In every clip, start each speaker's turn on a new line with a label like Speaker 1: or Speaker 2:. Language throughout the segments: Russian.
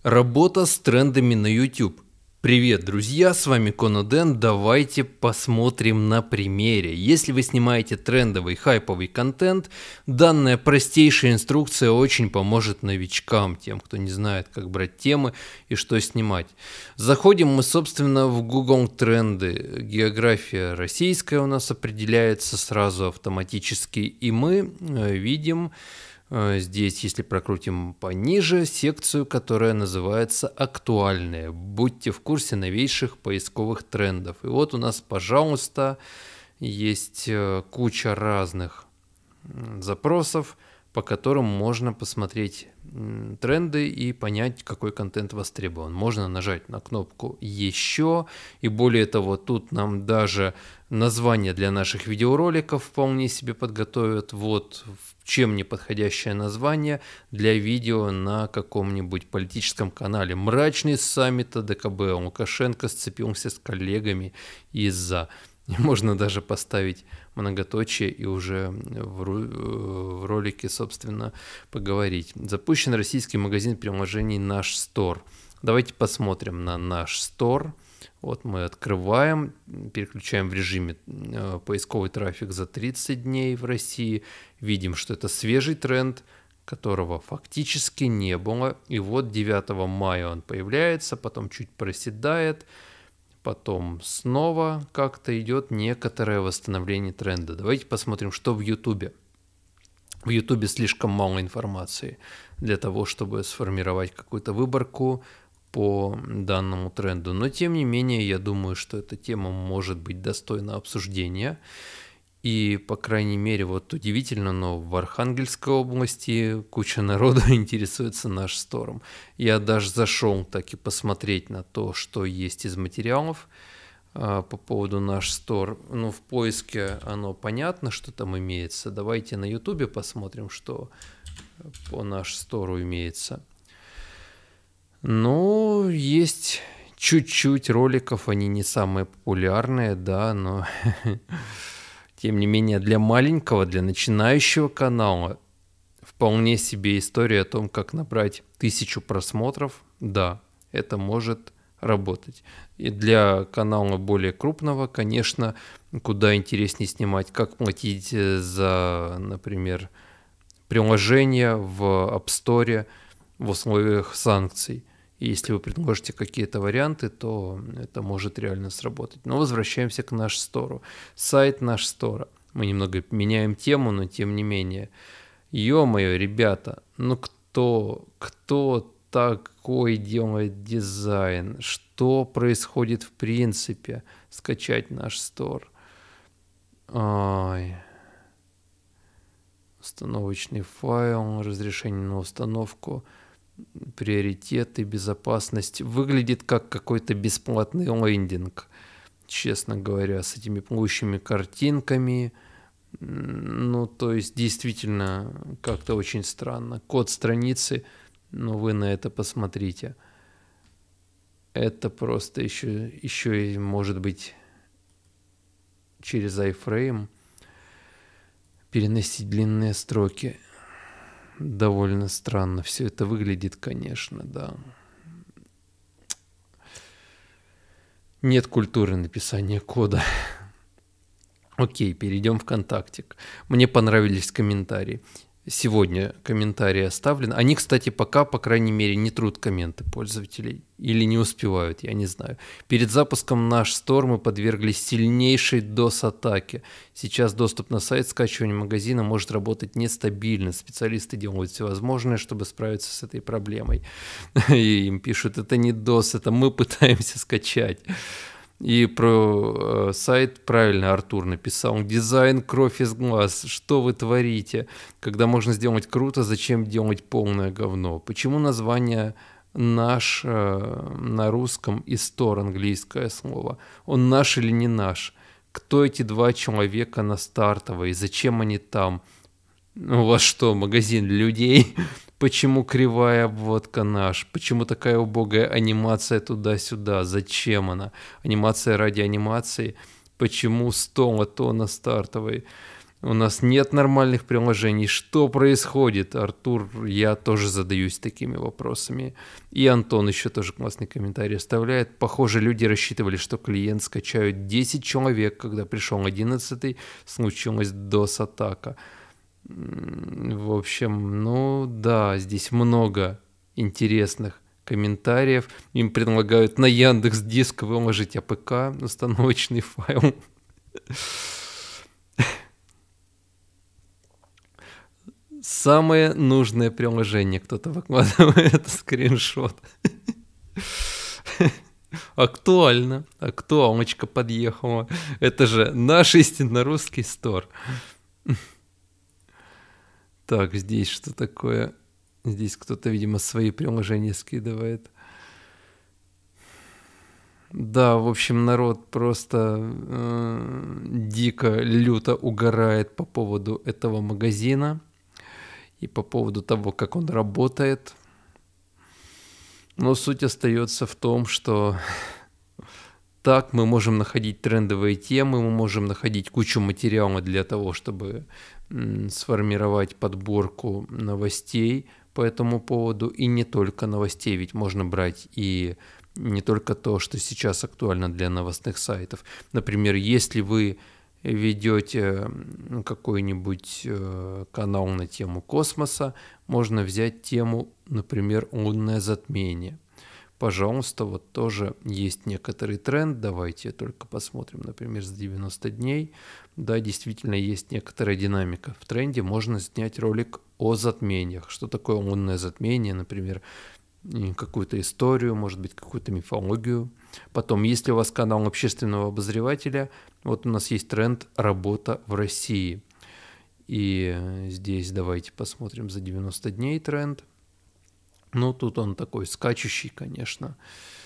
Speaker 1: Работа с трендами на YouTube. Привет, друзья, с вами Коноден. Давайте посмотрим на примере. Если вы снимаете трендовый хайповый контент, данная простейшая инструкция очень поможет новичкам, тем, кто не знает, как брать темы и что снимать. Заходим мы, собственно, в Google Тренды. География российская у нас определяется сразу автоматически, и мы видим здесь, если прокрутим пониже, секцию, которая называется «Актуальные». Будьте в курсе новейших поисковых трендов. И вот у нас, пожалуйста, есть куча разных запросов, по которым можно посмотреть тренды и понять, какой контент востребован. Можно нажать на кнопку «Еще», и более того, тут нам даже название для наших видеороликов вполне себе подготовят. Вот чем не подходящее название для видео на каком-нибудь политическом канале. Мрачный саммит АДКБ. Лукашенко сцепился с коллегами из-за... Можно даже поставить многоточие и уже в ролике, собственно, поговорить. Запущен российский магазин приложений «Наш Стор». Давайте посмотрим на «Наш Стор». Вот мы открываем, переключаем в режиме поисковый трафик за 30 дней в России. Видим, что это свежий тренд, которого фактически не было. И вот 9 мая он появляется, потом чуть проседает. Потом снова как-то идет некоторое восстановление тренда. Давайте посмотрим, что в Ютубе. В Ютубе слишком мало информации для того, чтобы сформировать какую-то выборку по данному тренду. Но тем не менее, я думаю, что эта тема может быть достойна обсуждения. И, по крайней мере, вот удивительно, но в Архангельской области куча народу интересуется «Наш Стором». Я даже зашел таки посмотреть на то, что есть из материалов по поводу «Наш Стор». Ну, в поиске оно понятно, что там имеется. Давайте на Ютубе посмотрим, что по «Наш Стору» имеется. Ну, есть чуть-чуть роликов, они не самые популярные, да, но... Тем не менее, для маленького, для начинающего канала вполне себе история о том, как набрать 1000 просмотров. Да, это может работать. И для канала более крупного, конечно, куда интереснее снимать, как платить за, например, приложение в App Store в условиях санкций. И если вы предложите какие-то варианты, то это может реально сработать. Но возвращаемся к Наш Стору. Сайт Наш Стора. Мы немного меняем тему, но тем не менее. Ё-моё, ребята, ну кто такой делает дизайн? Что происходит в принципе? Скачать Наш Стор. Ай. Установочный файл, разрешение на установку. Приоритеты, безопасность. Выглядит как какой-то бесплатный лендинг, честно говоря, с этими плывущими картинками. Ну, то есть, действительно, как-то очень странно. Код страницы, ну, вы на это посмотрите. Это просто еще и может быть через iFrame переносить длинные строки. Довольно странно все это выглядит, конечно, да. Нет культуры написания кода. Окей, перейдем в контактик. Мне понравились комментарии. Сегодня комментарии оставлены. Они, кстати, пока, по крайней мере, не трут комменты пользователей. Или не успевают, я не знаю. Перед запуском Наш Стор мы подверглись сильнейшей DOS-атаке. Сейчас доступ на сайт, скачивание магазина может работать нестабильно. Специалисты делают все возможное, чтобы справиться с этой проблемой. И им пишут, это не DOS, это мы пытаемся скачать. И про сайт правильно Артур написал. Дизайн кровь из глаз. Что вы творите? Когда можно сделать круто, зачем делать полное говно? Почему название «наш» на русском и «стор» английское слово? Он наш или не наш? Кто эти два человека на стартовой? Зачем они там? У вас что, магазин для людей? Почему кривая обводка «наш»? Почему такая убогая анимация туда-сюда? Зачем она? Анимация ради анимации? Почему 100 на стартовой? У нас нет нормальных приложений. Что происходит? Артур, я тоже задаюсь такими вопросами. И Антон еще тоже классный комментарий оставляет. Похоже, люди рассчитывали, что клиент скачают 10 человек, когда пришел 11-й, случилась DOS-атака. В общем, ну да, здесь много интересных комментариев. Им предлагают на Яндекс.Диск выложить АПК, установочный файл. Самое нужное приложение. Кто-то выкладывает скриншот. Актуально. Актуалочка подъехала. Это же наш истинно русский стор. Так, здесь что такое? Здесь кто-то, видимо, свои приложения скидывает. Да, в общем, народ просто дико, люто угорает по поводу этого магазина и по поводу того, как он работает. Но суть остается в том, что так мы можем находить трендовые темы, мы можем находить кучу материала для того, чтобы сформировать подборку новостей по этому поводу. И не только новостей, ведь можно брать и не только то, что сейчас актуально для новостных сайтов. Например, если вы ведете какой-нибудь канал на тему космоса, можно взять тему, например, лунное затмение. Пожалуйста, вот тоже есть некоторый тренд. Давайте только посмотрим, например, за 90 дней. Да, действительно есть некоторая динамика. В тренде можно снять ролик о затмениях. Что такое лунное затмение, например, какую-то историю, может быть, какую-то мифологию. Потом, если у вас канал общественного обозревателя, вот у нас есть тренд «Работа в России». И здесь давайте посмотрим за 90 дней тренд. Ну, тут он такой скачущий, конечно.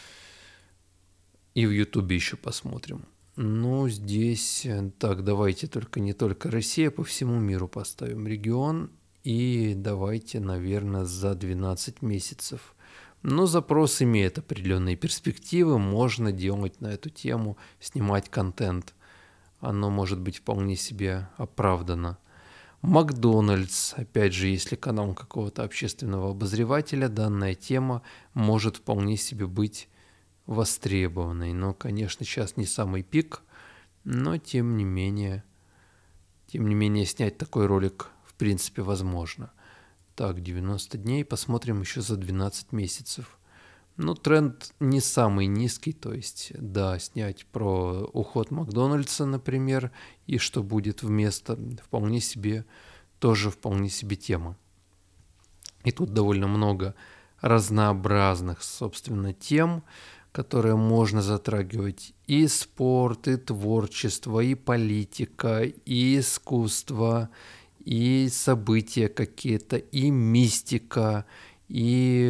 Speaker 1: И в Ютубе еще посмотрим. Ну, здесь, так, давайте только не только Россия, по всему миру поставим регион. И давайте, наверное, за 12 месяцев. Но запрос имеет определенные перспективы. Можно делать на эту тему, снимать контент. Оно может быть вполне себе оправдано. Макдональдс, опять же, если канал какого-то общественного обозревателя, данная тема может вполне себе быть востребованной. Но, конечно, сейчас не самый пик, но тем не менее снять такой ролик в принципе возможно. Так, 90 дней, посмотрим еще за 12 месяцев. Ну, тренд не самый низкий, то есть, да, снять про уход Макдональдса, например, и что будет вместо, вполне себе тема. И тут довольно много разнообразных, собственно, тем, которые можно затрагивать: и спорт, и творчество, и политика, и искусство, и события какие-то, и мистика, и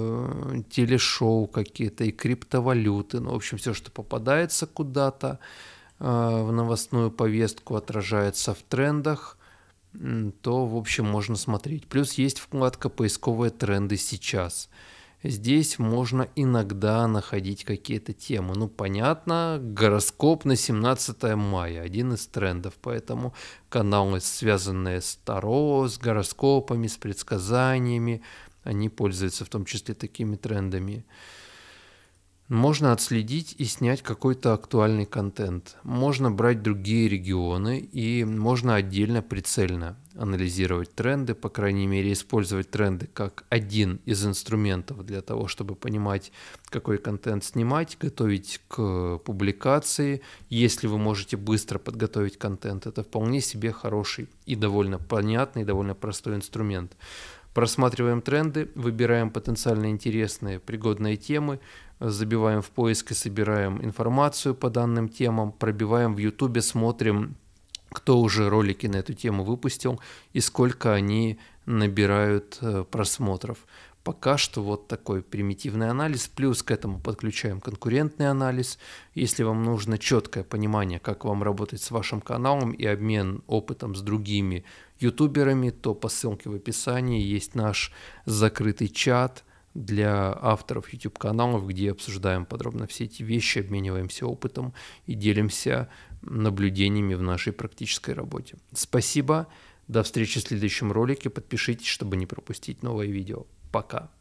Speaker 1: телешоу какие-то, и криптовалюты. Ну, в общем, все, что попадается куда-то в новостную повестку, отражается в трендах, то, в общем, можно смотреть. Плюс есть вкладка «Поисковые тренды сейчас». Здесь можно иногда находить какие-то темы. Ну, понятно, гороскоп на 17 мая, один из трендов, поэтому каналы, связанные с Таро, с гороскопами, с предсказаниями, они пользуются в том числе такими трендами. Можно отследить и снять какой-то актуальный контент. Можно брать другие регионы и можно отдельно прицельно анализировать тренды, по крайней мере, использовать тренды как один из инструментов для того, чтобы понимать, какой контент снимать, готовить к публикации. Если вы можете быстро подготовить контент, это вполне себе хороший и довольно понятный, довольно простой инструмент. Просматриваем тренды, выбираем потенциально интересные, пригодные темы, забиваем в поиск и собираем информацию по данным темам, пробиваем в Ютубе, смотрим, кто уже ролики на эту тему выпустил и сколько они набирают просмотров. Пока что вот такой примитивный анализ, плюс к этому подключаем конкурентный анализ. Если вам нужно четкое понимание, как вам работать с вашим каналом и обмен опытом с другими ютуберами, то по ссылке в описании есть наш закрытый чат, для авторов YouTube-каналов, где обсуждаем подробно все эти вещи, обмениваемся опытом и делимся наблюдениями в нашей практической работе. Спасибо, до встречи в следующем ролике, подпишитесь, чтобы не пропустить новое видео. Пока!